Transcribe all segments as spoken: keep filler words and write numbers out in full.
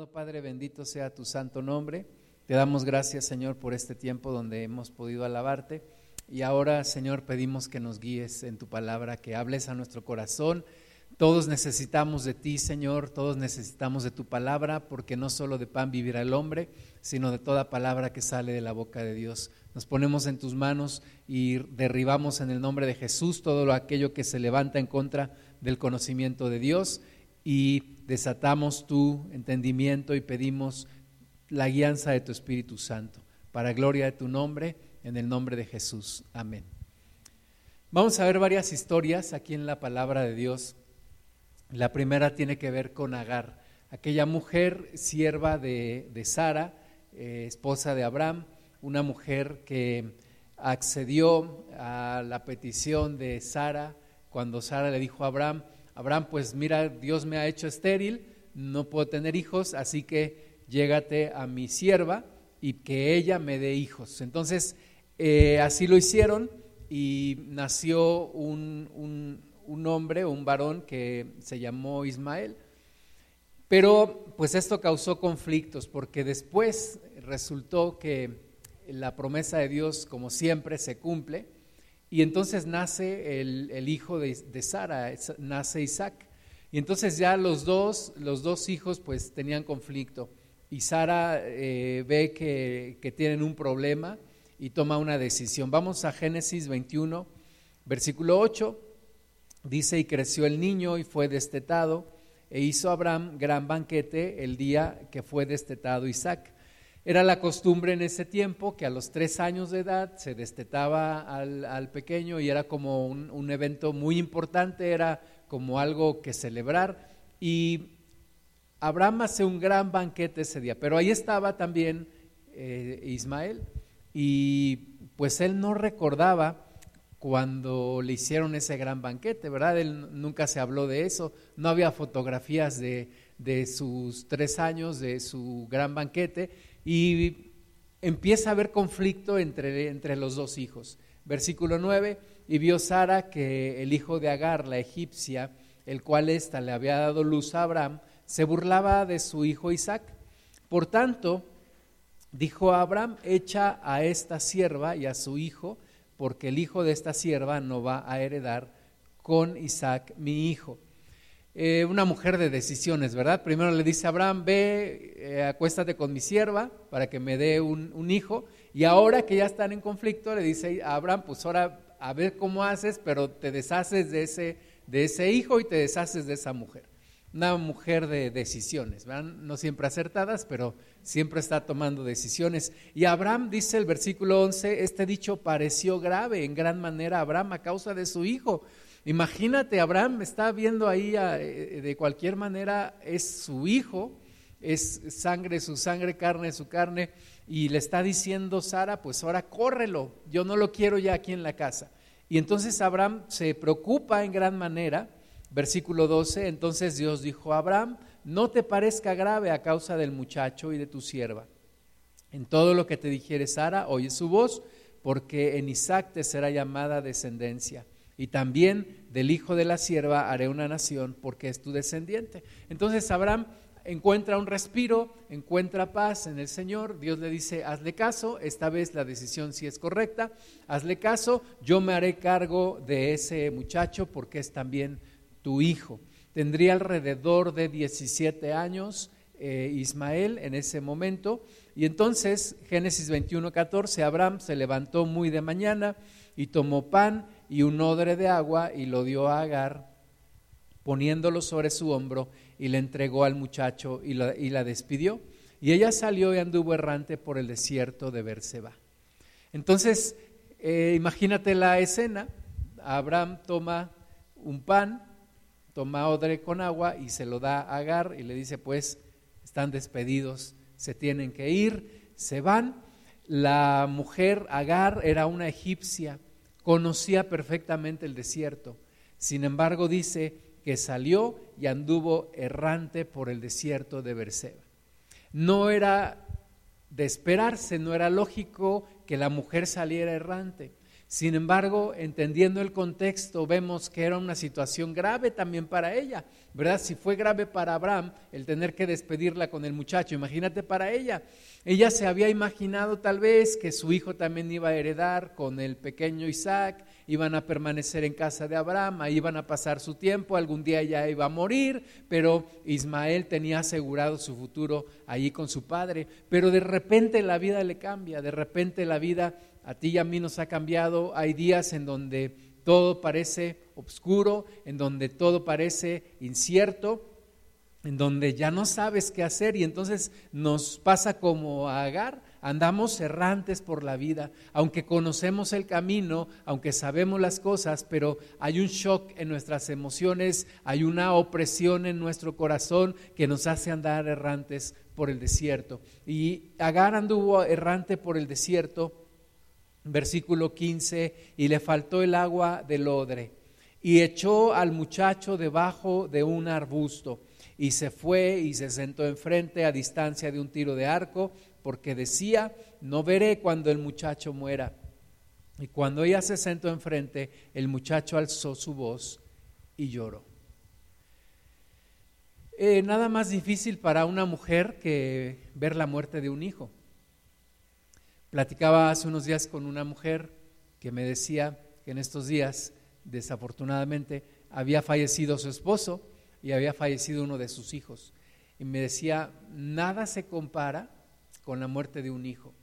Amado Padre, bendito sea tu santo nombre. Te damos gracias, Señor, por este tiempo donde hemos podido alabarte. Y ahora, Señor, pedimos que nos guíes en tu palabra, que hables a nuestro corazón. Todos necesitamos de ti, Señor, todos necesitamos de tu palabra, porque no solo de pan vivirá el hombre, sino de toda palabra que sale de la boca de Dios. Nos ponemos en tus manos y derribamos en el nombre de Jesús todo lo aquello que se levanta en contra del conocimiento de Dios y desatamos tu entendimiento y pedimos la guianza de tu Espíritu Santo, para gloria de tu nombre, en el nombre de Jesús. Amén. Vamos a ver varias historias aquí en la palabra de Dios. La primera tiene que ver con Agar, aquella mujer sierva de, de Sara, eh, esposa de Abraham, una mujer que accedió a la petición de Sara cuando Sara le dijo a Abraham: Abraham, pues mira, Dios me ha hecho estéril, no puedo tener hijos, así que llégate a mi sierva y que ella me dé hijos. Entonces, eh, así lo hicieron y nació un, un, un hombre, un varón que se llamó Ismael. Pero pues esto causó conflictos, porque después resultó que la promesa de Dios, como siempre, se cumple. Y entonces nace el, el hijo de, de Sara, nace Isaac. Y entonces ya los dos, los dos hijos pues tenían conflicto. Y Sara eh, ve que, que tienen un problema y toma una decisión. Vamos a Génesis veintiuno, versículo ocho. Dice: y creció el niño y fue destetado, e hizo Abraham gran banquete el día que fue destetado Isaac. Era la costumbre en ese tiempo que a los tres años de edad se destetaba al, al pequeño y era como un, un evento muy importante, era como algo que celebrar. Y Abraham hace un gran banquete ese día, pero ahí estaba también eh, Ismael, y pues él no recordaba cuando le hicieron ese gran banquete, ¿verdad? Él nunca se habló de eso, no había fotografías de, de sus tres años, de su gran banquete. Y empieza a haber conflicto entre, entre los dos hijos. Versículo nueve: y vio Sara que el hijo de Agar, la egipcia, el cual ésta le había dado luz a Abraham, se burlaba de su hijo Isaac. Por tanto, dijo a Abraham: echa a esta sierva y a su hijo, porque el hijo de esta sierva no va a heredar con Isaac mi hijo. Eh, una mujer de decisiones, ¿verdad? Primero le dice a Abraham: ve, eh, acuéstate con mi sierva para que me dé un, un hijo. Y ahora que ya están en conflicto, le dice a Abraham: pues ahora a ver cómo haces, pero te deshaces de ese, de ese hijo y te deshaces de esa mujer. Una mujer de decisiones, ¿verdad? No siempre acertadas, pero siempre está tomando decisiones. Y Abraham, dice el versículo once, este dicho pareció grave en gran manera a Abraham a causa de su hijo. Imagínate, Abraham está viendo ahí a, de cualquier manera, es su hijo, es sangre, su sangre, carne, su carne, y le está diciendo Sara: pues ahora córrelo, yo no lo quiero ya aquí en la casa. Y entonces Abraham se preocupa en gran manera. Versículo doce: entonces Dios dijo a Abraham: no te parezca grave a causa del muchacho y de tu sierva. En todo lo que te dijere Sara, oye su voz, porque en Isaac te será llamada descendencia. Y también del hijo de la sierva haré una nación, porque es tu descendiente. Entonces Abraham encuentra un respiro, encuentra paz en el Señor. Dios le dice: hazle caso, esta vez la decisión sí es correcta, hazle caso, yo me haré cargo de ese muchacho porque es también tu hijo. Tendría alrededor de diecisiete años eh, Ismael en ese momento. Y entonces, Génesis veintiuno, catorce, Abraham se levantó muy de mañana y tomó pan y un odre de agua y lo dio a Agar, poniéndolo sobre su hombro, y le entregó al muchacho y la, y la despidió. Y ella salió y anduvo errante por el desierto de Berseba. Entonces, eh, imagínate la escena. Abraham toma un pan, toma odre con agua y se lo da a Agar y le dice: pues están despedidos, se tienen que ir, se van. La mujer Agar era una egipcia, conocía perfectamente el desierto. Sin embargo, dice que salió y anduvo errante por el desierto de Berseba. No era de esperarse, no era lógico que la mujer saliera errante. Sin embargo, entendiendo el contexto, vemos que era una situación grave también para ella, ¿verdad? Si fue grave para Abraham el tener que despedirla con el muchacho, imagínate para ella. Ella se había imaginado tal vez que su hijo también iba a heredar con el pequeño Isaac, iban a permanecer en casa de Abraham, ahí iban a pasar su tiempo, algún día ella iba a morir, pero Ismael tenía asegurado su futuro allí con su padre. Pero de repente la vida le cambia, de repente la vida a ti y a mí nos ha cambiado. Hay días en donde todo parece oscuro, en donde todo parece incierto, en donde ya no sabes qué hacer, y entonces nos pasa como a Agar, andamos errantes por la vida, aunque conocemos el camino, aunque sabemos las cosas, pero hay un shock en nuestras emociones, hay una opresión en nuestro corazón que nos hace andar errantes por el desierto. Y Agar anduvo errante por el desierto, versículo quince, y le faltó el agua del odre, y echó al muchacho debajo de un arbusto, y se fue y se sentó enfrente a distancia de un tiro de arco, porque decía: no veré cuando el muchacho muera. Y cuando ella se sentó enfrente, el muchacho alzó su voz y lloró. Eh, nada más difícil para una mujer que ver la muerte de un hijo. Platicaba hace unos días con una mujer que me decía que en estos días, desafortunadamente, había fallecido su esposo y había fallecido uno de sus hijos. Y me decía, nada se compara con la muerte de un hijo.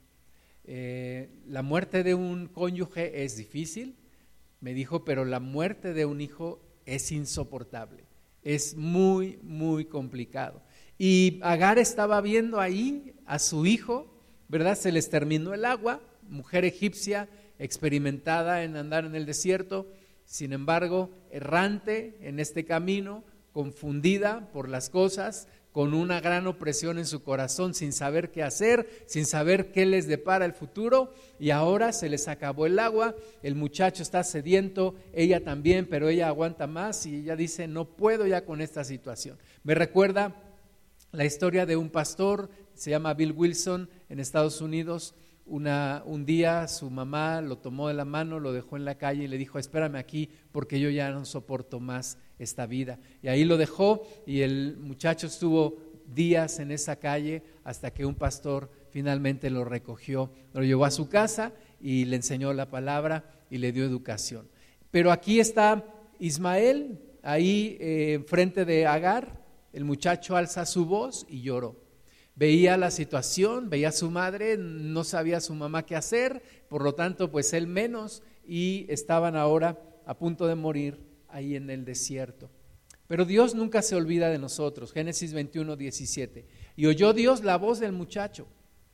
Eh, la muerte de un cónyuge es difícil, me dijo, pero la muerte de un hijo es insoportable, es muy, muy complicado. Y Agar estaba viendo ahí a su hijo, ¿verdad? Se les terminó el agua, mujer egipcia experimentada en andar en el desierto, sin embargo, errante en este camino, confundida por las cosas, con una gran opresión en su corazón, sin saber qué hacer, sin saber qué les depara el futuro, y ahora se les acabó el agua, el muchacho está sediento, ella también, pero ella aguanta más y ella dice, no puedo ya con esta situación. Me recuerda la historia de un pastor, se llama Bill Wilson, en Estados Unidos. Una, un día su mamá lo tomó de la mano, lo dejó en la calle y le dijo, espérame aquí porque yo ya no soporto más esta vida. Y ahí lo dejó y el muchacho estuvo días en esa calle hasta que un pastor finalmente lo recogió, lo llevó a su casa y le enseñó la palabra y le dio educación. Pero aquí está Ismael, ahí eh, enfrente de Agar, el muchacho alza su voz y lloró. Veía la situación, veía a su madre, no sabía su mamá qué hacer, por lo tanto pues él menos, y estaban ahora a punto de morir ahí en el desierto. Pero Dios nunca se olvida de nosotros. Génesis veintiuno, diecisiete. Y oyó Dios la voz del muchacho,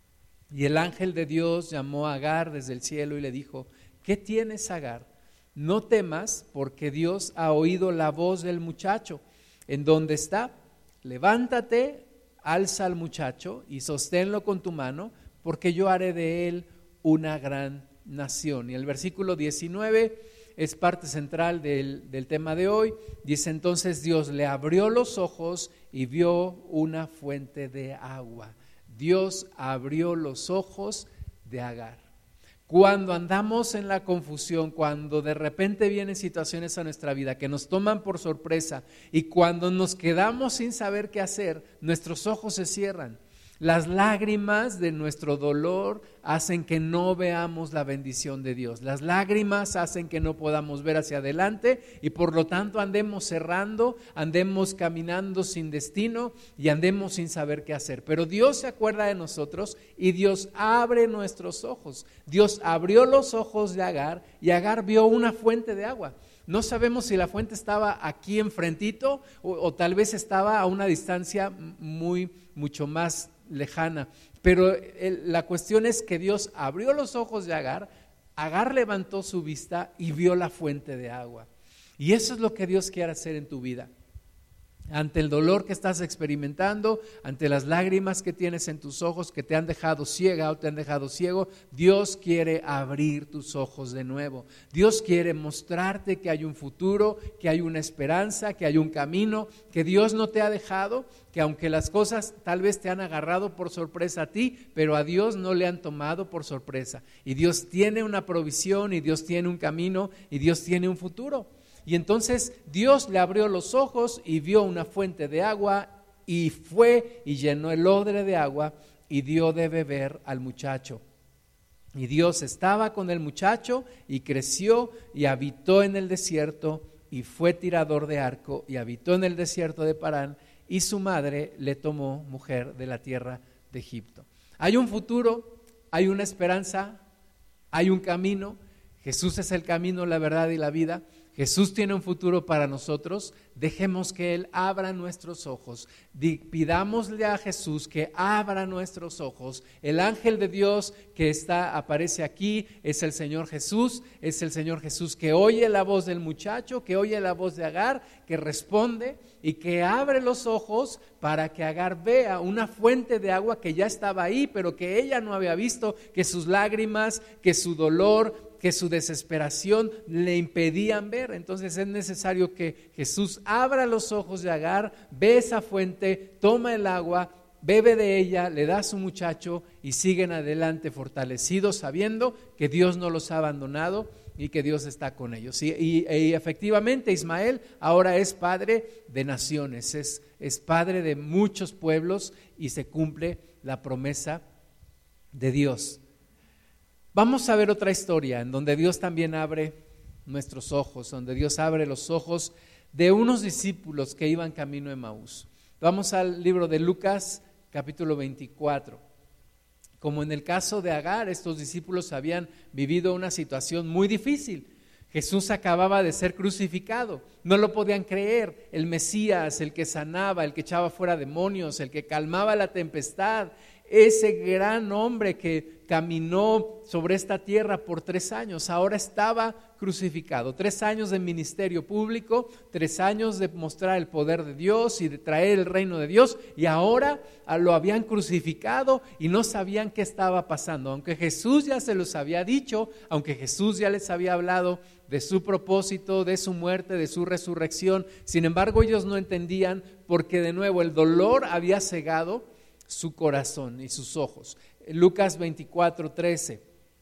y el ángel de Dios llamó a Agar desde el cielo y le dijo, ¿qué tienes, Agar? No temas, porque Dios ha oído la voz del muchacho. ¿En dónde está? Levántate, alza al muchacho y sosténlo con tu mano, porque yo haré de él una gran nación. Y el versículo diecinueve es parte central del, del tema de hoy. Dice, entonces Dios le abrió los ojos y vio una fuente de agua. Dios abrió los ojos de Agar. Cuando andamos en la confusión, cuando de repente vienen situaciones a nuestra vida que nos toman por sorpresa y cuando nos quedamos sin saber qué hacer, nuestros ojos se cierran. Las lágrimas de nuestro dolor hacen que no veamos la bendición de Dios. Las lágrimas hacen que no podamos ver hacia adelante y por lo tanto andemos cerrando, andemos caminando sin destino y andemos sin saber qué hacer. Pero Dios se acuerda de nosotros y Dios abre nuestros ojos. Dios abrió los ojos de Agar y Agar vio una fuente de agua. No sabemos si la fuente estaba aquí enfrentito o, o tal vez estaba a una distancia muy, mucho más lejana, pero el, la cuestión es que Dios abrió los ojos de Agar, Agar levantó su vista y vio la fuente de agua. Y eso es lo que Dios quiere hacer en tu vida. ante el dolor que estás experimentando, ante las lágrimas que tienes en tus ojos que te han dejado ciega o te han dejado ciego, Dios quiere abrir tus ojos de nuevo. Dios quiere mostrarte que hay un futuro, que hay una esperanza, que hay un camino, que Dios no te ha dejado, que aunque las cosas tal vez te han agarrado por sorpresa a ti, pero a Dios no le han tomado por sorpresa. Y Dios tiene una provisión, y Dios tiene un camino, y Dios tiene un futuro. Y entonces Dios le abrió los ojos y vio una fuente de agua y fue y llenó el odre de agua y dio de beber al muchacho. Y Dios estaba con el muchacho y creció y habitó en el desierto y fue tirador de arco y habitó en el desierto de Parán y su madre le tomó mujer de la tierra de Egipto. Hay un futuro, hay una esperanza, hay un camino. Jesús es el camino, la verdad y la vida. Jesús tiene un futuro para nosotros. Dejemos que Él abra nuestros ojos. Pidámosle a Jesús que abra nuestros ojos. El ángel de Dios que está, aparece aquí es el Señor Jesús. Es el Señor Jesús que oye la voz del muchacho, que oye la voz de Agar, que responde y que abre los ojos para que Agar vea una fuente de agua que ya estaba ahí, pero que ella no había visto, que sus lágrimas, que su dolor, que su desesperación le impedían ver. Entonces es necesario que Jesús abra los ojos de Agar, ve esa fuente, toma el agua, bebe de ella, le da a su muchacho y siguen adelante fortalecidos sabiendo que Dios no los ha abandonado y que Dios está con ellos. Y, y, y efectivamente Ismael ahora es padre de naciones, es, es padre de muchos pueblos y se cumple la promesa de Dios. Vamos a ver otra historia en donde Dios también abre nuestros ojos, donde Dios abre los ojos de unos discípulos que iban camino a Emaús. Vamos al libro de Lucas, capítulo veinticuatro. Como en el caso de Agar, estos discípulos habían vivido una situación muy difícil. Jesús acababa de ser crucificado, no lo podían creer. El Mesías, el que sanaba, el que echaba fuera demonios, el que calmaba la tempestad, ese gran hombre que caminó sobre esta tierra por tres años, ahora estaba crucificado. Tres años de ministerio público, tres años de mostrar el poder de Dios y de traer el reino de Dios, y ahora lo habían crucificado y no sabían qué estaba pasando. Aunque Jesús ya se los había dicho, aunque Jesús ya les había hablado de su propósito, de su muerte, de su resurrección, sin embargo ellos no entendían, porque de nuevo el dolor había cegado su corazón y sus ojos. Lucas veinticuatro, trece.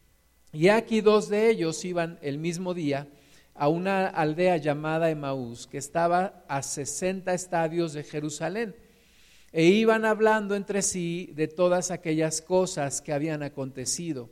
Y aquí dos de ellos iban el mismo día a una aldea llamada Emaús, que estaba a sesenta estadios de Jerusalén, e iban hablando entre sí de todas aquellas cosas que habían acontecido.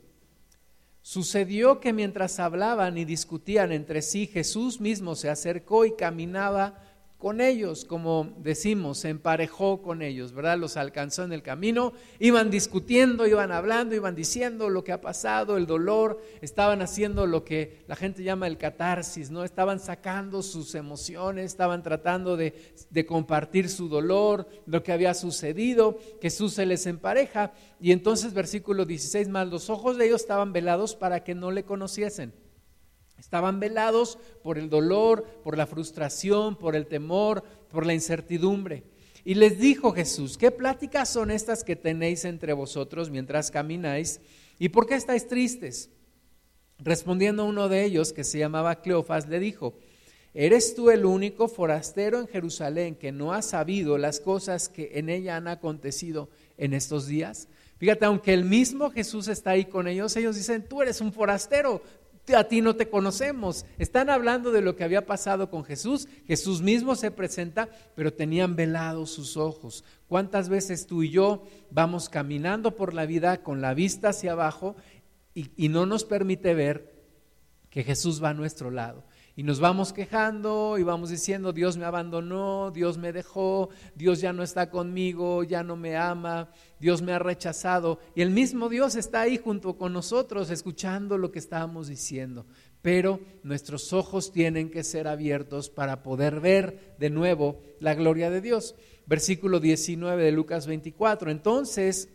Sucedió que mientras hablaban y discutían entre sí, Jesús mismo se acercó y caminaba con ellos, como decimos, se emparejó con ellos, ¿verdad? Los alcanzó en el camino, iban discutiendo, iban hablando, iban diciendo lo que ha pasado, el dolor, estaban haciendo lo que la gente llama el catarsis, ¿no? Estaban sacando sus emociones, estaban tratando de, de compartir su dolor, lo que había sucedido. Jesús se les empareja y entonces versículo dieciséis, más los ojos de ellos estaban velados para que no le conociesen. Estaban velados por el dolor, por la frustración, por el temor, por la incertidumbre. Y les dijo Jesús: ¿qué pláticas son estas que tenéis entre vosotros mientras camináis? ¿Y por qué estáis tristes? Respondiendo uno de ellos, que se llamaba Cleofas, le dijo: ¿eres tú el único forastero en Jerusalén que no ha sabido las cosas que en ella han acontecido en estos días? Fíjate, aunque el mismo Jesús está ahí con ellos, ellos dicen: tú eres un forastero, a ti no te conocemos. Están hablando de lo que había pasado con Jesús. Jesús mismo se presenta, pero tenían velados sus ojos. ¿Cuántas veces tú y yo vamos caminando por la vida con la vista hacia abajo y, y no nos permite ver que Jesús va a nuestro lado? Y nos vamos quejando y vamos diciendo: Dios me abandonó, Dios me dejó, Dios ya no está conmigo, ya no me ama, Dios me ha rechazado. Y el mismo Dios está ahí junto con nosotros escuchando lo que estábamos diciendo. Pero nuestros ojos tienen que ser abiertos para poder ver de nuevo la gloria de Dios. Versículo diecinueve de Lucas veinticuatro. Entonces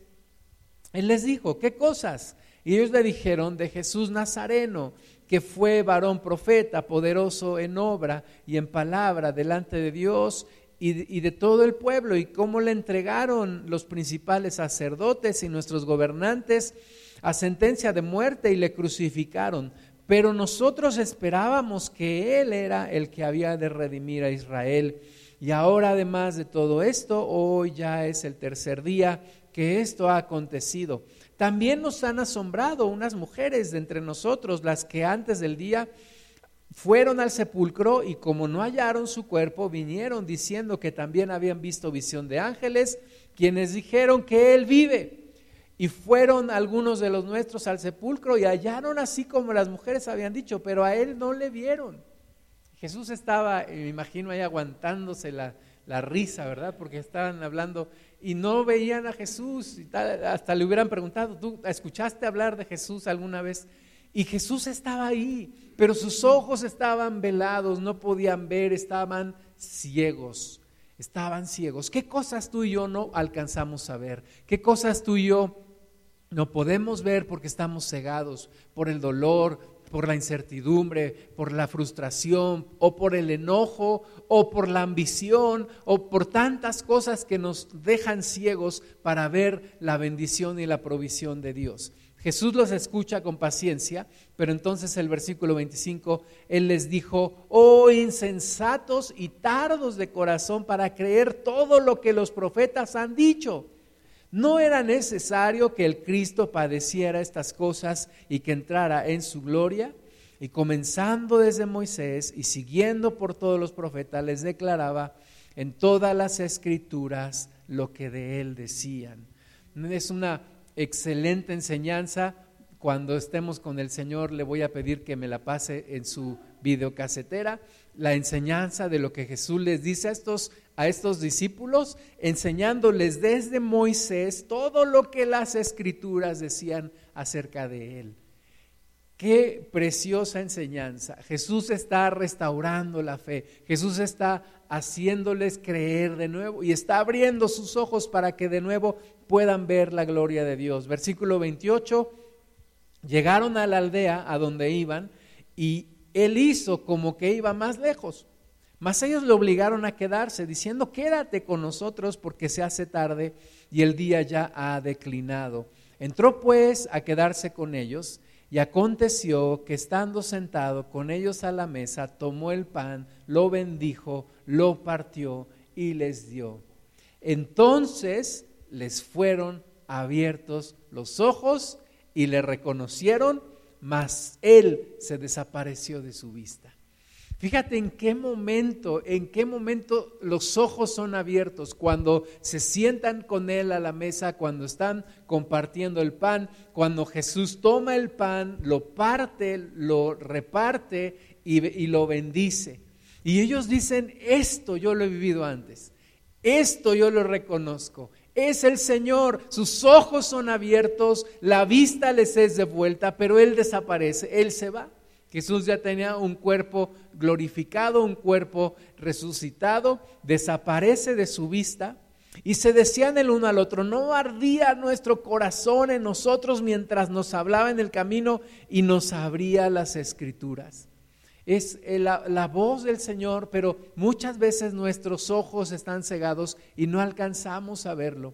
Él les dijo: ¿qué cosas? Y ellos le dijeron: de Jesús Nazareno, que fue varón profeta, poderoso en obra y en palabra delante de Dios y de, y de todo el pueblo, y cómo le entregaron los principales sacerdotes y nuestros gobernantes a sentencia de muerte y le crucificaron. Pero nosotros esperábamos que Él era el que había de redimir a Israel. Y ahora, además de todo esto, hoy ya es el tercer día que esto ha acontecido. También nos han asombrado unas mujeres de entre nosotros, las que antes del día fueron al sepulcro y como no hallaron su cuerpo, vinieron diciendo que también habían visto visión de ángeles, quienes dijeron que Él vive. Y fueron algunos de los nuestros al sepulcro y hallaron así como las mujeres habían dicho, pero a Él no le vieron. Jesús estaba, me imagino, ahí aguantándose la, la risa, ¿verdad? Porque estaban hablando y no veían a Jesús y tal, hasta le hubieran preguntado, ¿tú escuchaste hablar de Jesús alguna vez? Y Jesús estaba ahí, pero sus ojos estaban velados, no podían ver, estaban ciegos, estaban ciegos. ¿Qué cosas tú y yo no alcanzamos a ver? ¿Qué cosas tú y yo no podemos ver porque estamos cegados por el dolor, por la incertidumbre, por la frustración o por el enojo o por la ambición o por tantas cosas que nos dejan ciegos para ver la bendición y la provisión de Dios? Jesús los escucha con paciencia, pero entonces el versículo veinticinco, Él les dijo: oh insensatos y tardos de corazón para creer todo lo que los profetas han dicho. ¿No era necesario que el Cristo padeciera estas cosas y que entrara en su gloria? Y comenzando desde Moisés y siguiendo por todos los profetas, les declaraba en todas las escrituras lo que de Él decían. Es una excelente enseñanza. Cuando estemos con el Señor le voy a pedir que me la pase en su videocasetera, la enseñanza de lo que Jesús les dice a estos, a estos discípulos, enseñándoles desde Moisés todo lo que las escrituras decían acerca de Él. Qué preciosa enseñanza. Jesús está restaurando la fe, Jesús está haciéndoles creer de nuevo y está abriendo sus ojos para que de nuevo puedan ver la gloria de Dios. Versículo veintiocho, llegaron a la aldea a donde iban y Él hizo como que iba más lejos, mas ellos le obligaron a quedarse diciendo: quédate con nosotros porque se hace tarde y el día ya ha declinado. Entró pues a quedarse con ellos. Y aconteció que estando sentado con ellos a la mesa, tomó el pan, lo bendijo, lo partió y les dio. Entonces les fueron abiertos los ojos y le reconocieron, mas Él se desapareció de su vista. Fíjate en qué momento, en qué momento los ojos son abiertos, cuando se sientan con Él a la mesa, cuando están compartiendo el pan, cuando Jesús toma el pan, lo parte, lo reparte y, y lo bendice. Y ellos dicen: esto yo lo he vivido antes, esto yo lo reconozco, es el Señor. Sus ojos son abiertos, la vista les es devuelta, pero Él desaparece, Él se va. Jesús ya tenía un cuerpo glorificado, un cuerpo resucitado, desaparece de su vista y se decían el uno al otro: ¿no ardía nuestro corazón en nosotros mientras nos hablaba en el camino y nos abría las escrituras? Es la, la voz del Señor, pero muchas veces nuestros ojos están cegados y no alcanzamos a verlo.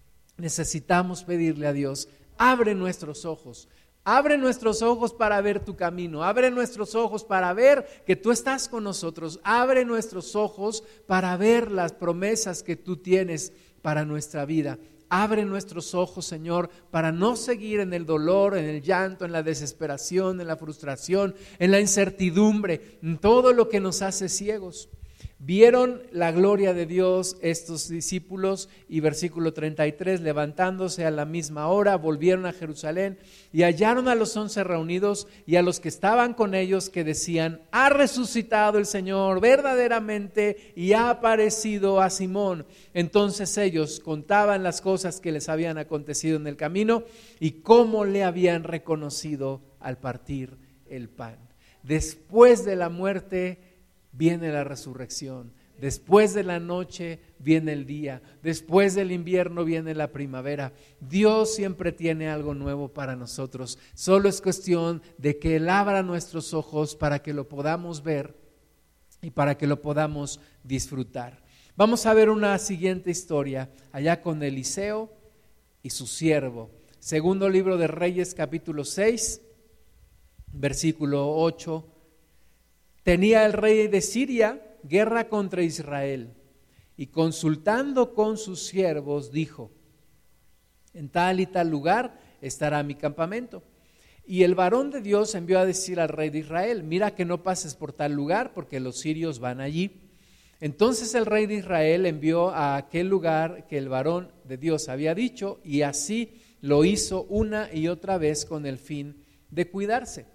Necesitamos pedirle a Dios: abre nuestros ojos. Abre nuestros ojos para ver tu camino, abre nuestros ojos para ver que tú estás con nosotros, abre nuestros ojos para ver las promesas que tú tienes para nuestra vida. Abre nuestros ojos, Señor, para no seguir en el dolor, en el llanto, en la desesperación, en la frustración, en la incertidumbre, en todo lo que nos hace ciegos. Vieron la gloria de Dios estos discípulos y versículo treinta y tres, levantándose a la misma hora, volvieron a Jerusalén y hallaron a los once reunidos y a los que estaban con ellos que decían: ha resucitado el Señor verdaderamente y ha aparecido a Simón. Entonces ellos contaban las cosas que les habían acontecido en el camino y cómo le habían reconocido al partir el pan. Después de la muerte viene la resurrección, después de la noche viene el día, después del invierno viene la primavera. Dios siempre tiene algo nuevo para nosotros, solo es cuestión de que Él abra nuestros ojos para que lo podamos ver y para que lo podamos disfrutar. Vamos a ver una siguiente historia allá con Eliseo y su siervo. Segundo libro de Reyes, capítulo seis, versículo ocho. Tenía el rey de Siria guerra contra Israel, y consultando con sus siervos dijo: en tal y tal lugar estará mi campamento. Y el varón de Dios envió a decir al rey de Israel: mira que no pases por tal lugar, porque los sirios van allí. Entonces el rey de Israel envió a aquel lugar que el varón de Dios había dicho, y así lo hizo una y otra vez con el fin de cuidarse.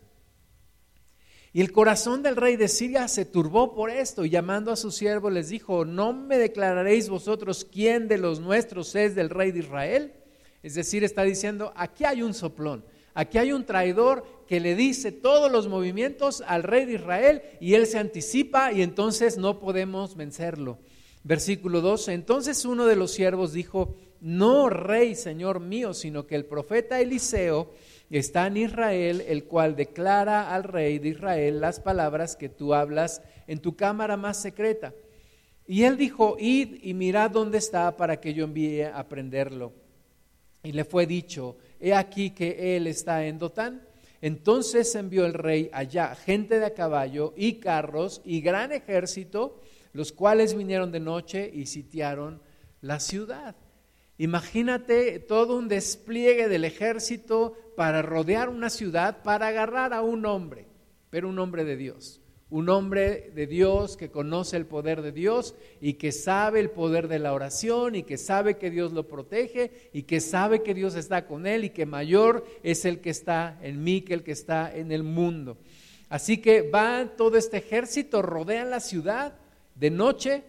Y el corazón del rey de Siria se turbó por esto, y llamando a su siervo les dijo: ¿no me declararéis vosotros quién de los nuestros es del rey de Israel? Es decir, está diciendo: aquí hay un soplón, aquí hay un traidor que le dice todos los movimientos al rey de Israel, y él se anticipa, y entonces no podemos vencerlo. Versículo doce. Entonces uno de los siervos dijo: no, rey, señor mío, sino que el profeta Eliseo está en Israel, el cual declara al rey de Israel las palabras que tú hablas en tu cámara más secreta. Y él dijo: id y mirad dónde está, para que yo envíe a prenderlo. Y le fue dicho: he aquí que él está en Dotán. Entonces envió el rey allá gente de a caballo y carros y gran ejército, los cuales vinieron de noche y sitiaron la ciudad. Imagínate todo un despliegue del ejército para rodear una ciudad, para agarrar a un hombre, pero un hombre de Dios. Un hombre de Dios que conoce el poder de Dios y que sabe el poder de la oración y que sabe que Dios lo protege y que sabe que Dios está con él y que mayor es el que está en mí que el que está en el mundo. Así que va todo este ejército, rodean la ciudad de noche.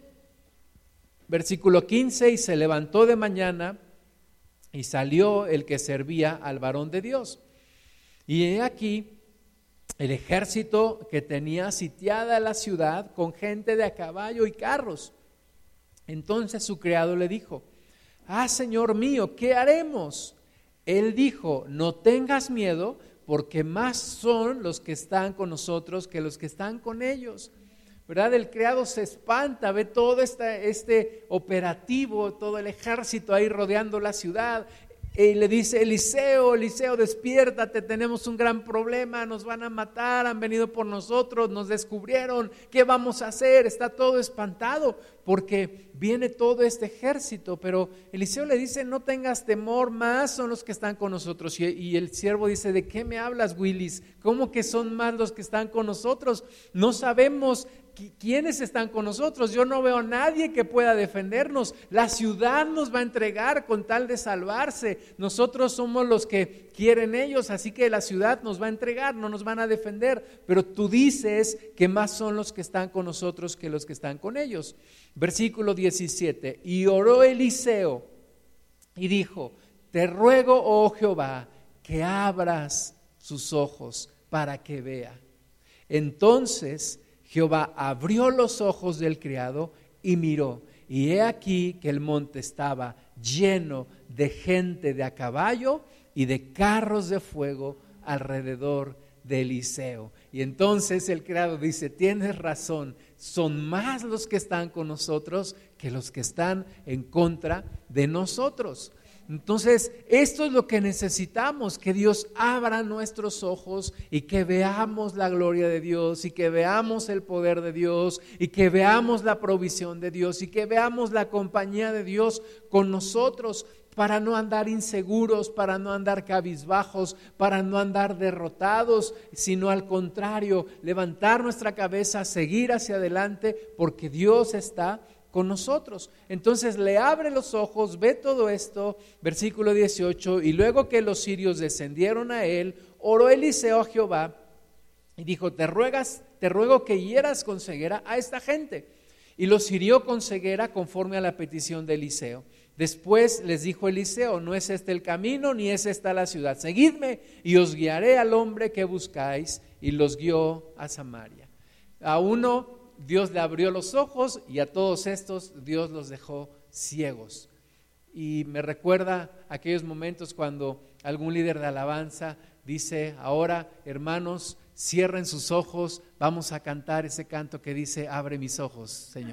Versículo quince, y se levantó de mañana y salió el que servía al varón de Dios. Y he aquí el ejército que tenía sitiada la ciudad con gente de a caballo y carros. Entonces su criado le dijo: ah, señor mío, ¿qué haremos? Él dijo: no tengas miedo, porque más son los que están con nosotros que los que están con ellos. ¿Verdad? El criado se espanta, ve todo este, este operativo, todo el ejército ahí rodeando la ciudad. Y le dice: Eliseo, Eliseo, despiértate, tenemos un gran problema, nos van a matar, han venido por nosotros, nos descubrieron, ¿qué vamos a hacer? Está todo espantado porque viene todo este ejército. Pero Eliseo le dice: no tengas temor, más son los que están con nosotros. Y, y el siervo dice: ¿de qué me hablas, Willis? ¿Cómo que son más los que están con nosotros? No sabemos ¿quiénes están con nosotros? Yo no veo a nadie que pueda defendernos. La ciudad nos va a entregar con tal de salvarse. Nosotros somos los que quieren ellos, así que la ciudad nos va a entregar, no nos van a defender. Pero tú dices que más son los que están con nosotros que los que están con ellos. Versículo diecisiete. Y oró Eliseo y dijo: te ruego, oh Jehová, que abras sus ojos para que vea. Entonces Jehová abrió los ojos del criado y miró, y he aquí que el monte estaba lleno de gente de a caballo y de carros de fuego alrededor de Eliseo. Y entonces el criado dice: tienes razón, son más los que están con nosotros que los que están en contra de nosotros. Entonces, esto es lo que necesitamos, que Dios abra nuestros ojos y que veamos la gloria de Dios y que veamos el poder de Dios y que veamos la provisión de Dios y que veamos la compañía de Dios con nosotros, para no andar inseguros, para no andar cabizbajos, para no andar derrotados, sino al contrario, levantar nuestra cabeza, seguir hacia adelante, porque Dios está con nosotros. Entonces le abre los ojos, ve todo esto, versículo dieciocho, y luego que los sirios descendieron a él, oró Eliseo a Jehová y dijo: te ruegas, te ruego que hieras con ceguera a esta gente. Y los hirió con ceguera conforme a la petición de Eliseo. Después les dijo Eliseo: no es este el camino, ni es esta la ciudad. Seguidme y os guiaré al hombre que buscáis. Y los guió a Samaria. A uno Dios le abrió los ojos y a todos estos Dios los dejó ciegos. Y me recuerda aquellos momentos cuando algún líder de alabanza dice: ahora, hermanos, cierren sus ojos, vamos a cantar ese canto que dice: abre mis ojos, Señor.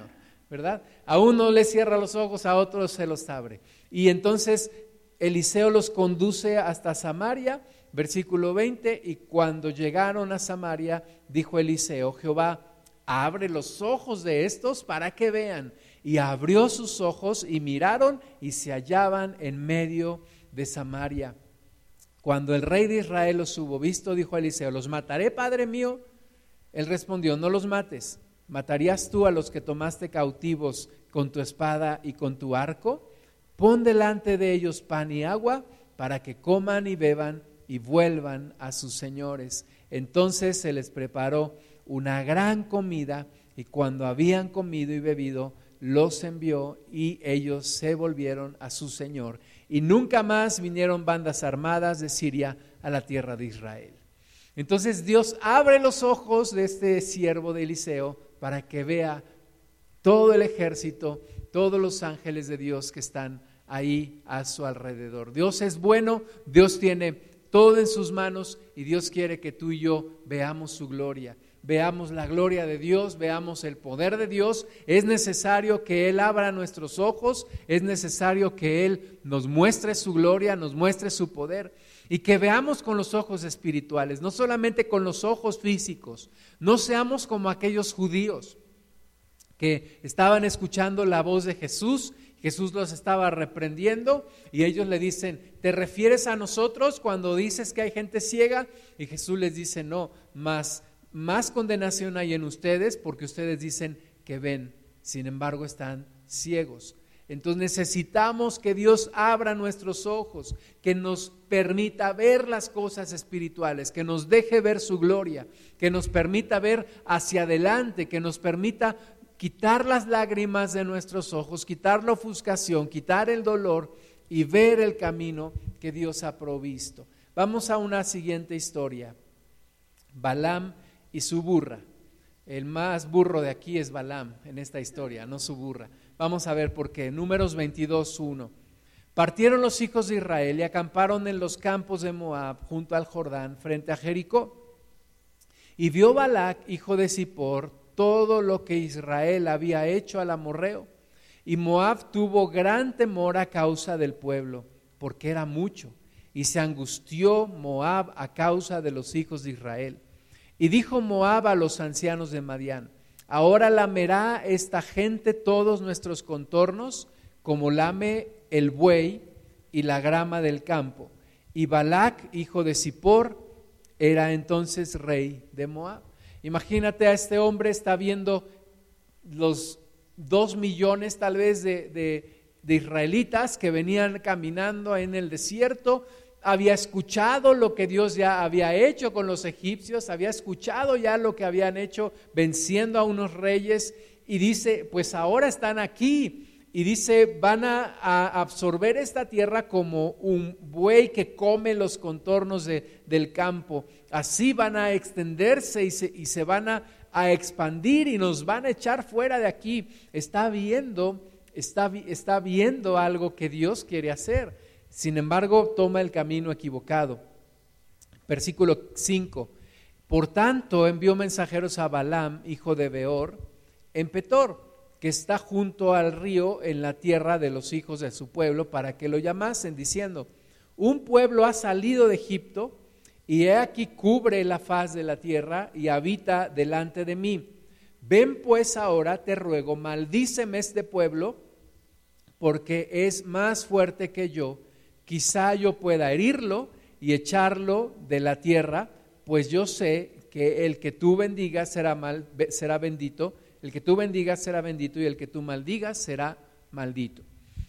¿verdad? A uno le cierra los ojos, a otros se los abre. Y entonces Eliseo los conduce hasta Samaria, versículo veinte, y cuando llegaron a Samaria, dijo Eliseo: Jehová, abre los ojos de estos para que vean. Y abrió sus ojos y miraron y se hallaban en medio de Samaria. Cuando el rey de Israel los hubo visto, dijo a Eliseo: ¿los mataré, padre mío? Él respondió: no los mates. ¿Matarías tú a los que tomaste cautivos con tu espada y con tu arco? Pon delante de ellos pan y agua para que coman y beban y vuelvan a sus señores. Entonces se les preparó una gran comida, y cuando habían comido y bebido, los envió, y ellos se volvieron a su señor. Y nunca más vinieron bandas armadas de Siria a la tierra de Israel. Entonces Dios abre los ojos de este siervo de Eliseo para que vea todo el ejército, todos los ángeles de Dios que están ahí a su alrededor. Dios es bueno, Dios tiene todo en sus manos, y Dios quiere que tú y yo veamos su gloria. Veamos la gloria de Dios, veamos el poder de Dios. Es necesario que Él abra nuestros ojos, es necesario que Él nos muestre su gloria, nos muestre su poder, y que veamos con los ojos espirituales, no solamente con los ojos físicos. No seamos como aquellos judíos que estaban escuchando la voz de Jesús. Jesús los estaba reprendiendo y ellos le dicen: ¿te refieres a nosotros cuando dices que hay gente ciega? Y Jesús les dice: no, más Más condenación hay en ustedes porque ustedes dicen que ven, sin embargo están ciegos. Entonces necesitamos que Dios abra nuestros ojos, que nos permita ver las cosas espirituales, que nos deje ver su gloria, que nos permita ver hacia adelante, que nos permita quitar las lágrimas de nuestros ojos, quitar la ofuscación, quitar el dolor y ver el camino que Dios ha provisto. Vamos a una siguiente historia. Balaam y su burra. El más burro de aquí es Balaam en esta historia, no su burra. Vamos a ver por qué. Números veintidós, uno. Partieron los hijos de Israel y acamparon en los campos de Moab junto al Jordán frente a Jericó. Y vio Balac, hijo de Zippor, todo lo que Israel había hecho al amorreo. Y Moab tuvo gran temor a causa del pueblo, porque era mucho. Y se angustió Moab a causa de los hijos de Israel. Y dijo Moab a los ancianos de Madián: ahora lamerá esta gente todos nuestros contornos, como lame el buey y la grama del campo. Y Balac, hijo de Zippor, era entonces rey de Moab. Imagínate, a este hombre está viendo los dos millones tal vez de, de, de israelitas que venían caminando en el desierto. Había escuchado lo que Dios ya había hecho con los egipcios, había escuchado ya lo que habían hecho venciendo a unos reyes, y dice: pues ahora están aquí. Y dice: van a, a absorber esta tierra como un buey que come los contornos de, del campo. Así van a extenderse y se, y se van a, a expandir y nos van a echar fuera de aquí. Está viendo, está, está viendo algo que Dios quiere hacer. Sin embargo, toma el camino equivocado. Versículo cinco. Por tanto, envió mensajeros a Balaam, hijo de Beor, en Petor, que está junto al río en la tierra de los hijos de su pueblo, para que lo llamasen, diciendo: un pueblo ha salido de Egipto, y he aquí cubre la faz de la tierra y habita delante de mí. Ven pues ahora, te ruego, maldíceme este pueblo, porque es más fuerte que yo. Quizá yo pueda herirlo y echarlo de la tierra, pues yo sé que el que tú bendigas será, mal, será bendito, el que tú bendigas será bendito, y el que tú maldigas será maldito.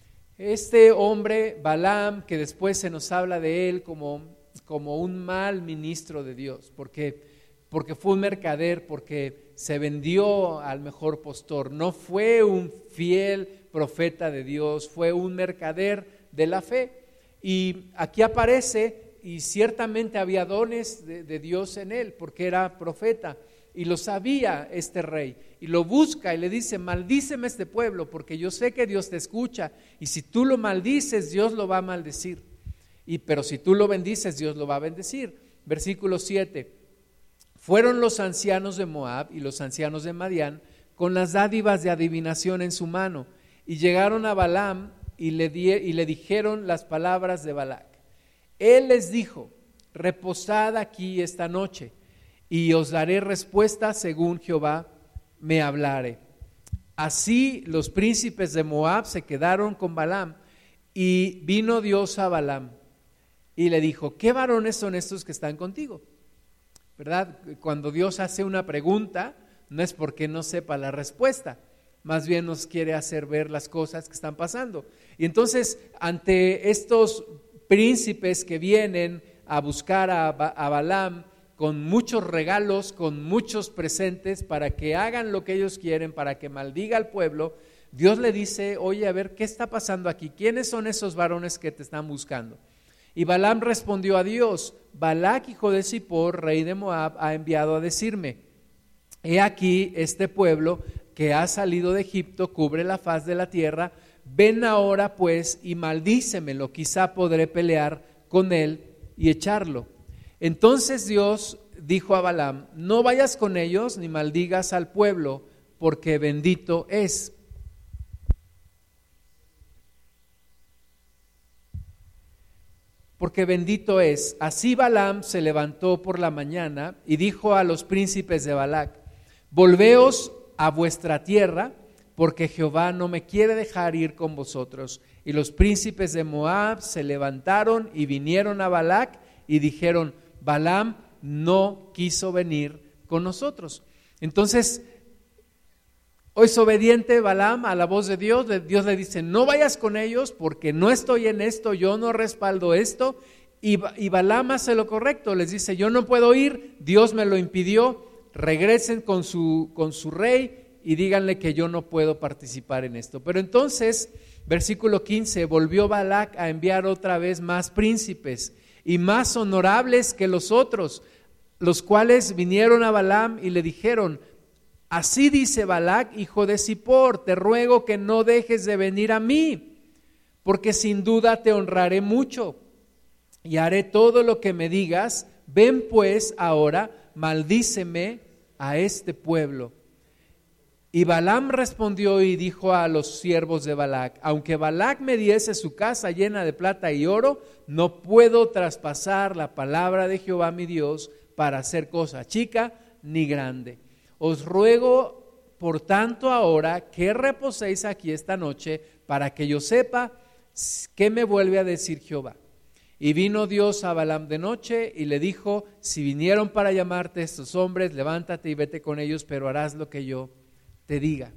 Este hombre, Balaam, que después se nos habla de él como, como un mal ministro de Dios, porque, porque fue un mercader, porque se vendió al mejor postor, no fue un fiel profeta de Dios, fue un mercader de la fe. Y aquí aparece, y ciertamente había dones de, de Dios en él, porque era profeta, y lo sabía este rey, y lo busca y le dice: maldíceme este pueblo, porque yo sé que Dios te escucha, y si tú lo maldices, Dios lo va a maldecir, y, pero si tú lo bendices, Dios lo va a bendecir. Versículo siete. Fueron los ancianos de Moab y los ancianos de Madián con las dádivas de adivinación en su mano. Y llegaron a Balaam y le, di, y le dijeron las palabras de Balac. Él les dijo: reposad aquí esta noche, y os daré respuesta según Jehová me hablare. Así los príncipes de Moab se quedaron con Balaam, y vino Dios a Balaam y le dijo: ¿qué varones son estos que están contigo? ¿Verdad? Cuando Dios hace una pregunta, no es porque no sepa la respuesta, más bien nos quiere hacer ver las cosas que están pasando. Y entonces, ante estos príncipes que vienen a buscar a, a Balaam con muchos regalos, con muchos presentes para que hagan lo que ellos quieren, para que maldiga al pueblo, Dios le dice: oye, a ver, ¿qué está pasando aquí? ¿Quiénes son esos varones que te están buscando? Y Balaam respondió a Dios: Balac, hijo de Zippor, rey de Moab, ha enviado a decirme: he aquí este pueblo que ha salido de Egipto cubre la faz de la tierra. Ven ahora pues y maldícemelo, quizá podré pelear con él y echarlo. Entonces Dios dijo a Balaam: no vayas con ellos ni maldigas al pueblo, porque bendito es. Porque bendito es. Así Balaam se levantó por la mañana y dijo a los príncipes de Balac: volveos a vuestra tierra, porque Jehová no me quiere dejar ir con vosotros. Y los príncipes de Moab se levantaron y vinieron a Balac y dijeron: Balaam no quiso venir con nosotros. Entonces, es obediente Balaam a la voz de Dios. Dios le dice: no vayas con ellos porque no estoy en esto, yo no respaldo esto. Y, y Balaam hace lo correcto, les dice: yo no puedo ir, Dios me lo impidió, regresen con su, con su rey y díganle que yo no puedo participar en esto. Pero entonces, versículo quince, volvió Balac a enviar otra vez más príncipes y más honorables que los otros, los cuales vinieron a Balaam y le dijeron: así dice Balac, hijo de Zippor, te ruego que no dejes de venir a mí, porque sin duda te honraré mucho y haré todo lo que me digas. Ven pues ahora, maldíceme a este pueblo. Y Balaam respondió y dijo a los siervos de Balac: aunque Balac me diese su casa llena de plata y oro, no puedo traspasar la palabra de Jehová mi Dios para hacer cosa chica ni grande. Os ruego por tanto ahora que reposéis aquí esta noche, para que yo sepa qué me vuelve a decir Jehová. Y vino Dios a Balaam de noche y le dijo: si vinieron para llamarte estos hombres, levántate y vete con ellos, pero harás lo que yo te diga.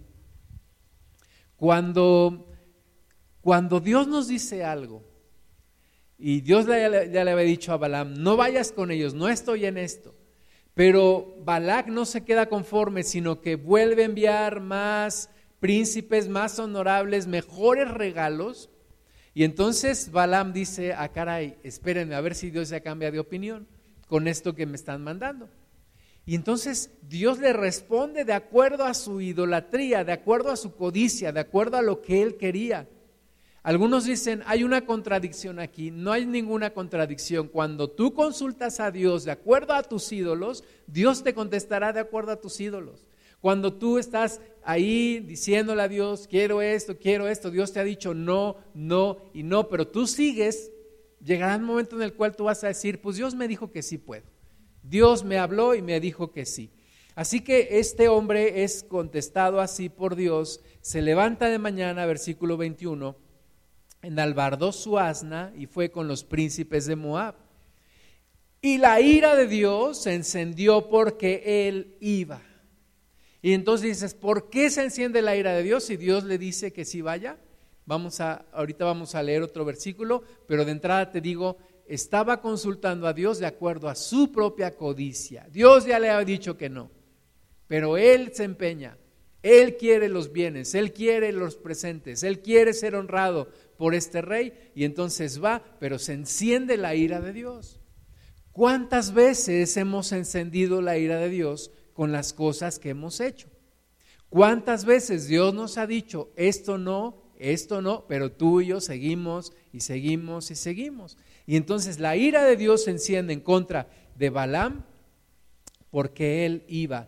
Cuando, cuando Dios nos dice algo, y Dios ya, ya le había dicho a Balaam: no vayas con ellos, no estoy en esto. Pero Balac no se queda conforme, sino que vuelve a enviar más príncipes, más honorables, mejores regalos. Y entonces Balaam dice: ah, caray, espérenme a ver si Dios ya cambia de opinión con esto que me están mandando. Y entonces Dios le responde de acuerdo a su idolatría, de acuerdo a su codicia, de acuerdo a lo que él quería. Algunos dicen: hay una contradicción aquí. No hay ninguna contradicción. Cuando tú consultas a Dios de acuerdo a tus ídolos, Dios te contestará de acuerdo a tus ídolos. Cuando tú estás ahí diciéndole a Dios: quiero esto, quiero esto, Dios te ha dicho no, no y no, pero tú sigues, llegará un momento en el cual tú vas a decir: pues Dios me dijo que sí puedo. Dios me habló y me dijo que sí. Así que este hombre es contestado así por Dios. Se levanta de mañana, versículo veintiuno, enalbardó su asna y fue con los príncipes de Moab. Y la ira de Dios se encendió porque él iba. Y entonces dices: ¿por qué se enciende la ira de Dios si Dios le dice que sí vaya? Vamos a, ahorita vamos a leer otro versículo, pero de entrada te digo, estaba consultando a Dios de acuerdo a su propia codicia. Dios ya le ha dicho que no, pero él se empeña. Él quiere los bienes, él quiere los presentes, él quiere ser honrado por este rey, y entonces va, pero se enciende la ira de Dios. ¿Cuántas veces hemos encendido la ira de Dios con las cosas que hemos hecho? ¿Cuántas veces Dios nos ha dicho esto no, esto no, pero tú y yo seguimos y seguimos y seguimos? Y entonces la ira de Dios se enciende en contra de Balaam porque él iba.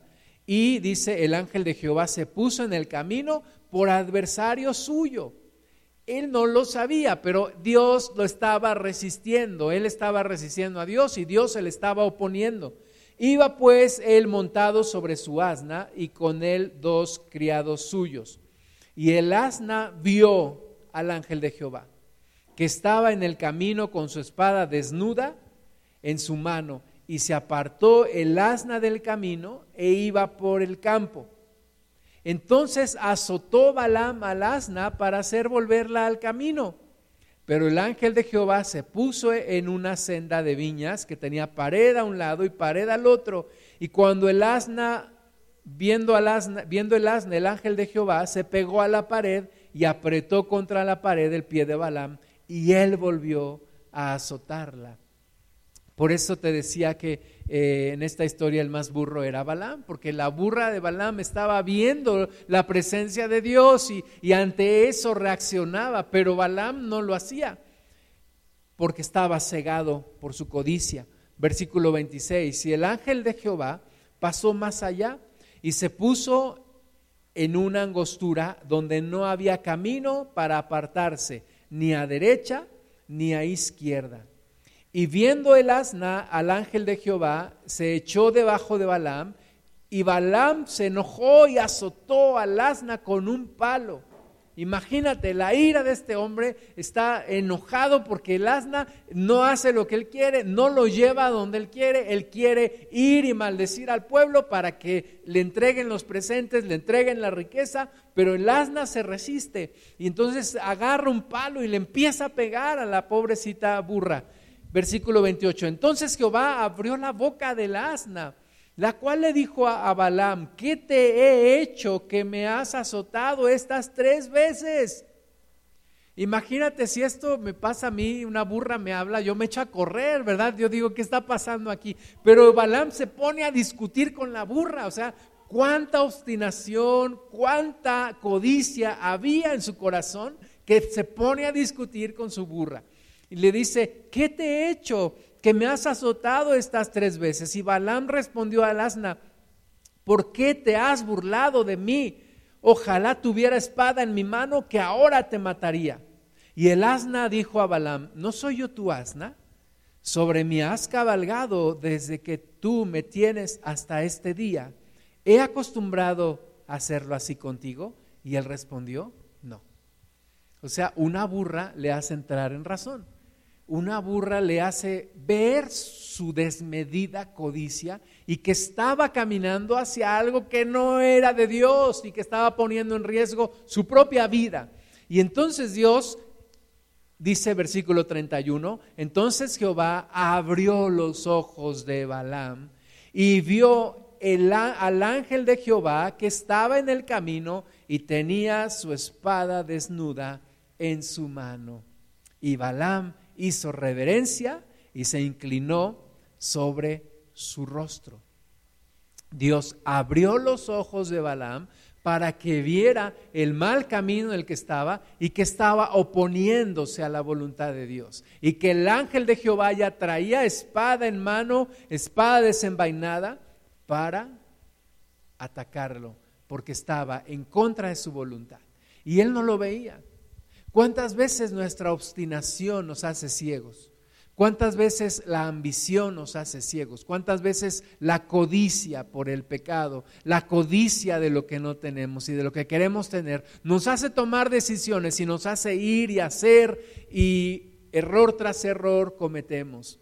Y dice, el ángel de Jehová se puso en el camino por adversario suyo. Él no lo sabía, pero Dios lo estaba resistiendo. Él estaba resistiendo a Dios y Dios se le estaba oponiendo. Iba pues él montado sobre su asna y con él dos criados suyos. Y el asna vio al ángel de Jehová, que estaba en el camino con su espada desnuda en su mano, y se apartó el asna del camino e iba por el campo. Entonces azotó Balaam al asna para hacer volverla al camino. Pero el ángel de Jehová se puso en una senda de viñas que tenía pared a un lado y pared al otro. Y cuando el asna, viendo, al asna, viendo el asna, el ángel de Jehová se pegó a la pared y apretó contra la pared el pie de Balaam, y él volvió a azotarla. Por eso te decía que eh, en esta historia el más burro era Balaam, porque la burra de Balaam estaba viendo la presencia de Dios y, y ante eso reaccionaba, pero Balaam no lo hacía porque estaba cegado por su codicia. Versículo veintiséis, y el ángel de Jehová pasó más allá y se puso en una angostura donde no había camino para apartarse, ni a derecha ni a izquierda. Y viendo el asna al ángel de Jehová, se echó debajo de Balaam, y Balaam se enojó y azotó al asna con un palo. Imagínate, la ira de este hombre, está enojado porque el asna no hace lo que él quiere, no lo lleva a donde él quiere. Él quiere ir y maldecir al pueblo para que le entreguen los presentes, le entreguen la riqueza, pero el asna se resiste y entonces agarra un palo y le empieza a pegar a la pobrecita burra. Versículo veintiocho, entonces Jehová abrió la boca del asna, la cual le dijo a, a Balaam, ¿qué te he hecho que me has azotado estas tres veces? Imagínate si esto me pasa a mí, una burra me habla, yo me echo a correr, ¿verdad? Yo digo, ¿qué está pasando aquí? Pero Balaam se pone a discutir con la burra, o sea, cuánta obstinación, cuánta codicia había en su corazón que se pone a discutir con su burra. Y le dice, ¿qué te he hecho que me has azotado estas tres veces? Y Balaam respondió al asna, ¿por qué te has burlado de mí? Ojalá tuviera espada en mi mano que ahora te mataría. Y el asna dijo a Balaam, ¿no soy yo tu asna? Sobre mí has cabalgado desde que tú me tienes hasta este día. ¿He acostumbrado a hacerlo así contigo? Y él respondió, no. O sea, una burra le hace entrar en razón. Una burra le hace ver su desmedida codicia y que estaba caminando hacia algo que no era de Dios y que estaba poniendo en riesgo su propia vida. Y entonces Dios, dice versículo treinta y uno, entonces Jehová abrió los ojos de Balaam y vio el, al ángel de Jehová que estaba en el camino y tenía su espada desnuda en su mano. Y Balaam hizo reverencia y se inclinó sobre su rostro. Dios abrió los ojos de Balaam para que viera el mal camino en el que estaba y que estaba oponiéndose a la voluntad de Dios, y que el ángel de Jehová ya traía espada en mano, espada desenvainada, para atacarlo, porque estaba en contra de su voluntad y él no lo veía. ¿Cuántas veces nuestra obstinación nos hace ciegos? ¿Cuántas veces la ambición nos hace ciegos? ¿Cuántas veces la codicia por el pecado, la codicia de lo que no tenemos y de lo que queremos tener, nos hace tomar decisiones y nos hace ir y hacer, y error tras error cometemos?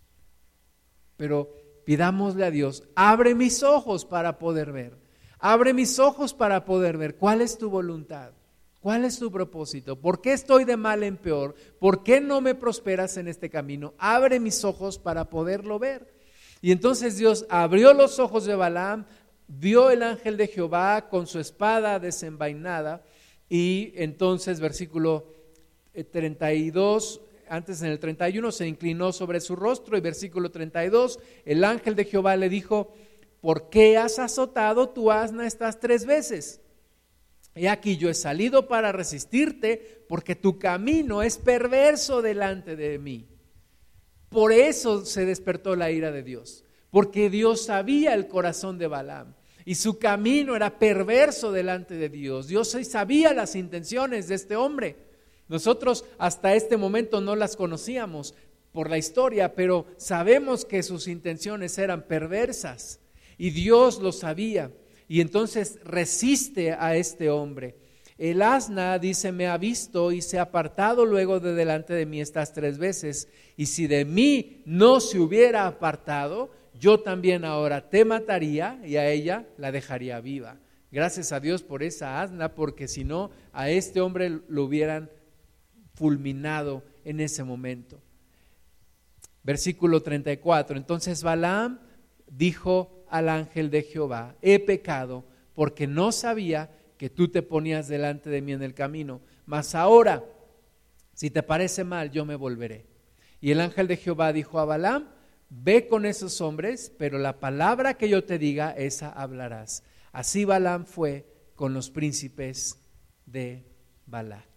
Pero pidámosle a Dios, abre mis ojos para poder ver, abre mis ojos para poder ver cuál es tu voluntad. ¿Cuál es tu propósito? ¿Por qué estoy de mal en peor? ¿Por qué no me prosperas en este camino? Abre mis ojos para poderlo ver. Y entonces Dios abrió los ojos de Balaam, vio el ángel de Jehová con su espada desenvainada, y entonces versículo treinta y dos, antes en el treinta y uno, se inclinó sobre su rostro, y versículo treinta y dos, el ángel de Jehová le dijo, ¿por qué has azotado tu asna estas tres veces? He aquí yo he salido para resistirte, porque tu camino es perverso delante de mí. Por eso se despertó la ira de Dios, porque Dios sabía el corazón de Balaam. y su camino era perverso delante de Dios. Dios sí sabía las intenciones de este hombre. Nosotros hasta este momento no las conocíamos por la historia, pero sabemos que sus intenciones eran perversas y Dios lo sabía, y entonces resiste a este hombre. El asna, dice, me ha visto y se ha apartado luego de delante de mí estas tres veces, y si de mí no se hubiera apartado, yo también ahora te mataría y a ella la dejaría viva. Gracias a Dios por esa asna, porque si no, a este hombre lo hubieran fulminado en ese momento. Versículo treinta y cuatro, entonces Balaam dijo al ángel de Jehová, he pecado porque no sabía que tú te ponías delante de mí en el camino, mas ahora, si te parece mal, yo me volveré. Y el ángel de Jehová dijo a Balaam, ve con esos hombres, pero la palabra que yo te diga, esa hablarás. Así Balaam fue con los príncipes de Balac.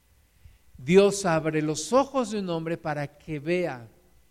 Dios abre los ojos de un hombre para que vea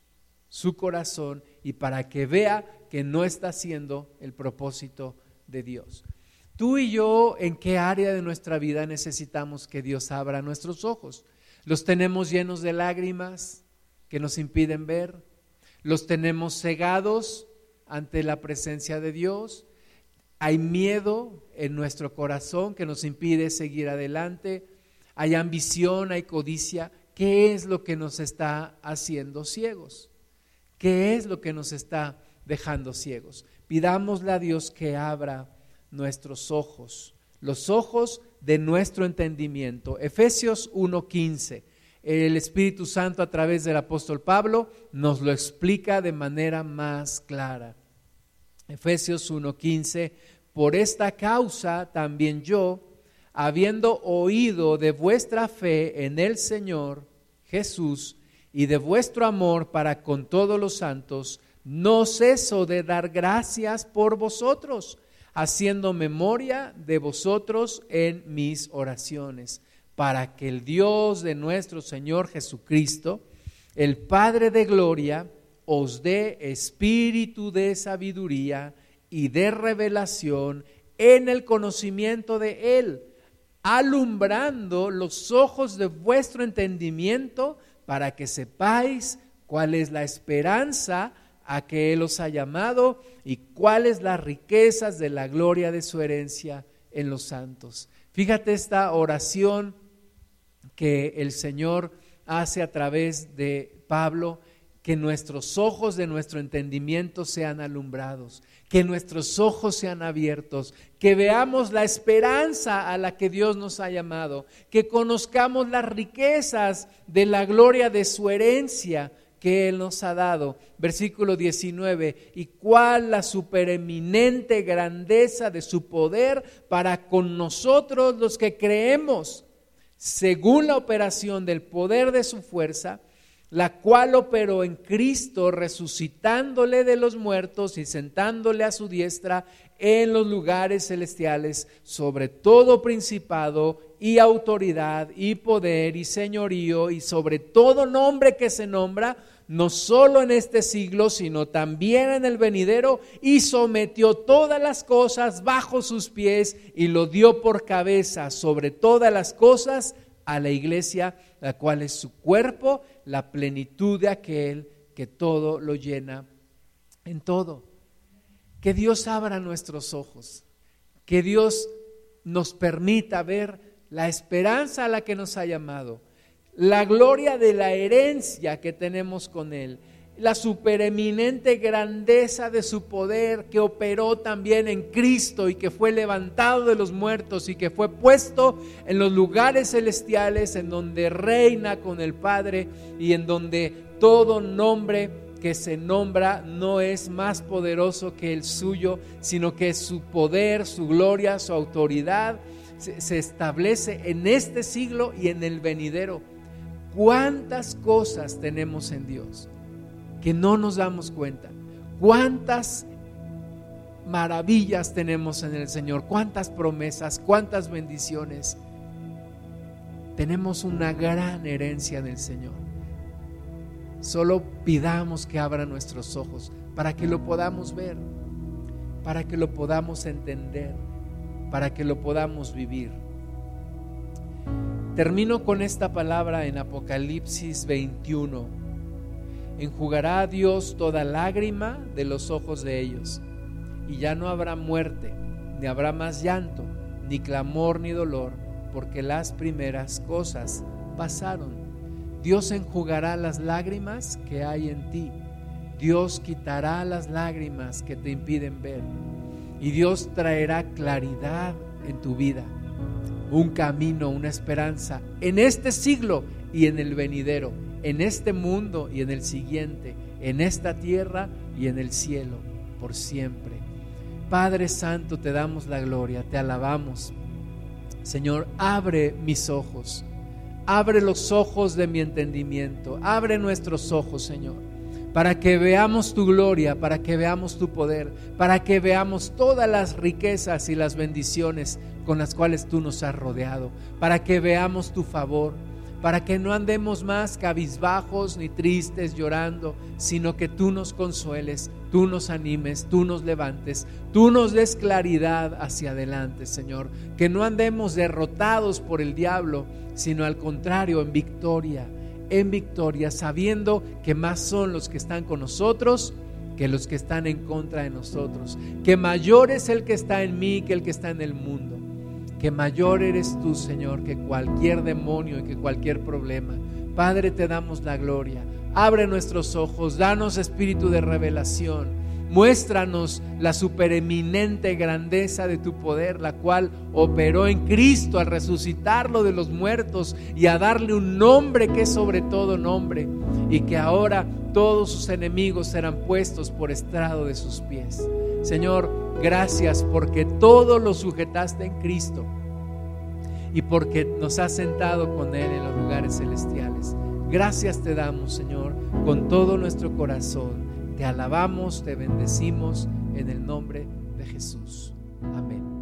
su corazón y para que vea que no está haciendo el propósito de Dios. Tú y yo, ¿en qué área de nuestra vida necesitamos que Dios abra nuestros ojos? ¿Los tenemos llenos de lágrimas que nos impiden ver? ¿Los tenemos cegados ante la presencia de Dios? ¿Hay miedo en nuestro corazón que nos impide seguir adelante? ¿Hay ambición, hay codicia? ¿Qué es lo que nos está haciendo ciegos? ¿Qué es lo que nos está dejando ciegos? Pidámosle a Dios que abra nuestros ojos, los ojos de nuestro entendimiento. Efesios uno quince, el Espíritu Santo a través del apóstol Pablo nos lo explica de manera más clara. Efesios uno quince, por esta causa también yo, habiendo oído de vuestra fe en el Señor Jesús y de vuestro amor para con todos los santos, no ceso de dar gracias por vosotros, haciendo memoria de vosotros en mis oraciones, para que el Dios de nuestro Señor Jesucristo, el Padre de gloria, os dé espíritu de sabiduría y de revelación en el conocimiento de Él, alumbrando los ojos de vuestro entendimiento, para que sepáis cuál es la esperanza a que Él os ha llamado y cuáles las riquezas de la gloria de su herencia en los santos. Fíjate esta oración que el Señor hace a través de Pablo, que nuestros ojos de nuestro entendimiento sean alumbrados, que nuestros ojos sean abiertos, que veamos la esperanza a la que Dios nos ha llamado, que conozcamos las riquezas de la gloria de su herencia que Él nos ha dado. Versículo diecinueve, y cuál la supereminente grandeza de su poder para con nosotros los que creemos, según la operación del poder de su fuerza, la cual operó en Cristo, resucitándole de los muertos y sentándole a su diestra en los lugares celestiales, sobre todo principado y autoridad y poder y señorío y sobre todo nombre que se nombra, no solo en este siglo, sino también en el venidero, y sometió todas las cosas bajo sus pies y lo dio por cabeza sobre todas las cosas a la iglesia, la cual es su cuerpo, la plenitud de aquel que todo lo llena en todo. Que Dios abra nuestros ojos, que Dios nos permita ver la esperanza a la que nos ha llamado, la gloria de la herencia que tenemos con Él, la supereminente grandeza de su poder que operó también en Cristo y que fue levantado de los muertos y que fue puesto en los lugares celestiales, en donde reina con el Padre y en donde todo nombre que se nombra no es más poderoso que el suyo, sino que su poder, su gloria, su autoridad se, se establece en este siglo y en el venidero. ¿Cuántas cosas tenemos en Dios que no nos damos cuenta? ¿Cuántas maravillas tenemos en el Señor? ¿Cuántas promesas? ¿Cuántas bendiciones? Tenemos una gran herencia en el Señor. Solo pidamos que abra nuestros ojos para que lo podamos ver. para que lo podamos entender, para que lo podamos vivir. Termino con esta palabra en Apocalipsis veintiuno. Enjugará a Dios toda lágrima de los ojos de ellos, y ya no habrá muerte, ni habrá más llanto, ni clamor, ni dolor, porque las primeras cosas pasaron. Dios enjugará las lágrimas que hay en ti. Dios quitará las lágrimas que te impiden ver, y Dios traerá claridad en tu vida, un camino, una esperanza en este siglo y en el venidero, en este mundo y en el siguiente, en esta tierra y en el cielo, por siempre. Padre Santo, te damos la gloria, te alabamos. Señor, abre mis ojos, abre los ojos de mi entendimiento, abre nuestros ojos, Señor, para que veamos tu gloria, para que veamos tu poder, para que veamos todas las riquezas y las bendiciones con las cuales tú nos has rodeado, para que veamos tu favor, para que no andemos más cabizbajos ni tristes llorando, sino que tú nos consueles, tú nos animes, tú nos levantes, tú nos des claridad hacia adelante, Señor, que no andemos derrotados por el diablo, sino al contrario, en victoria, en victoria, sabiendo que más son los que están con nosotros que los que están en contra de nosotros, que mayor es el que está en mí que el que está en el mundo, que mayor eres tú, Señor, que cualquier demonio y que cualquier problema. Padre, te damos la gloria, abre nuestros ojos, danos espíritu de revelación, muéstranos la supereminente grandeza de tu poder, la cual operó en Cristo al resucitarlo de los muertos y a darle un nombre que es sobre todo nombre, y que ahora todos sus enemigos serán puestos por estrado de sus pies. Señor, gracias porque todo lo sujetaste en Cristo y porque nos has sentado con Él en los lugares celestiales. Gracias te damos, Señor, con todo nuestro corazón. Te alabamos, te bendecimos en el nombre de Jesús. Amén.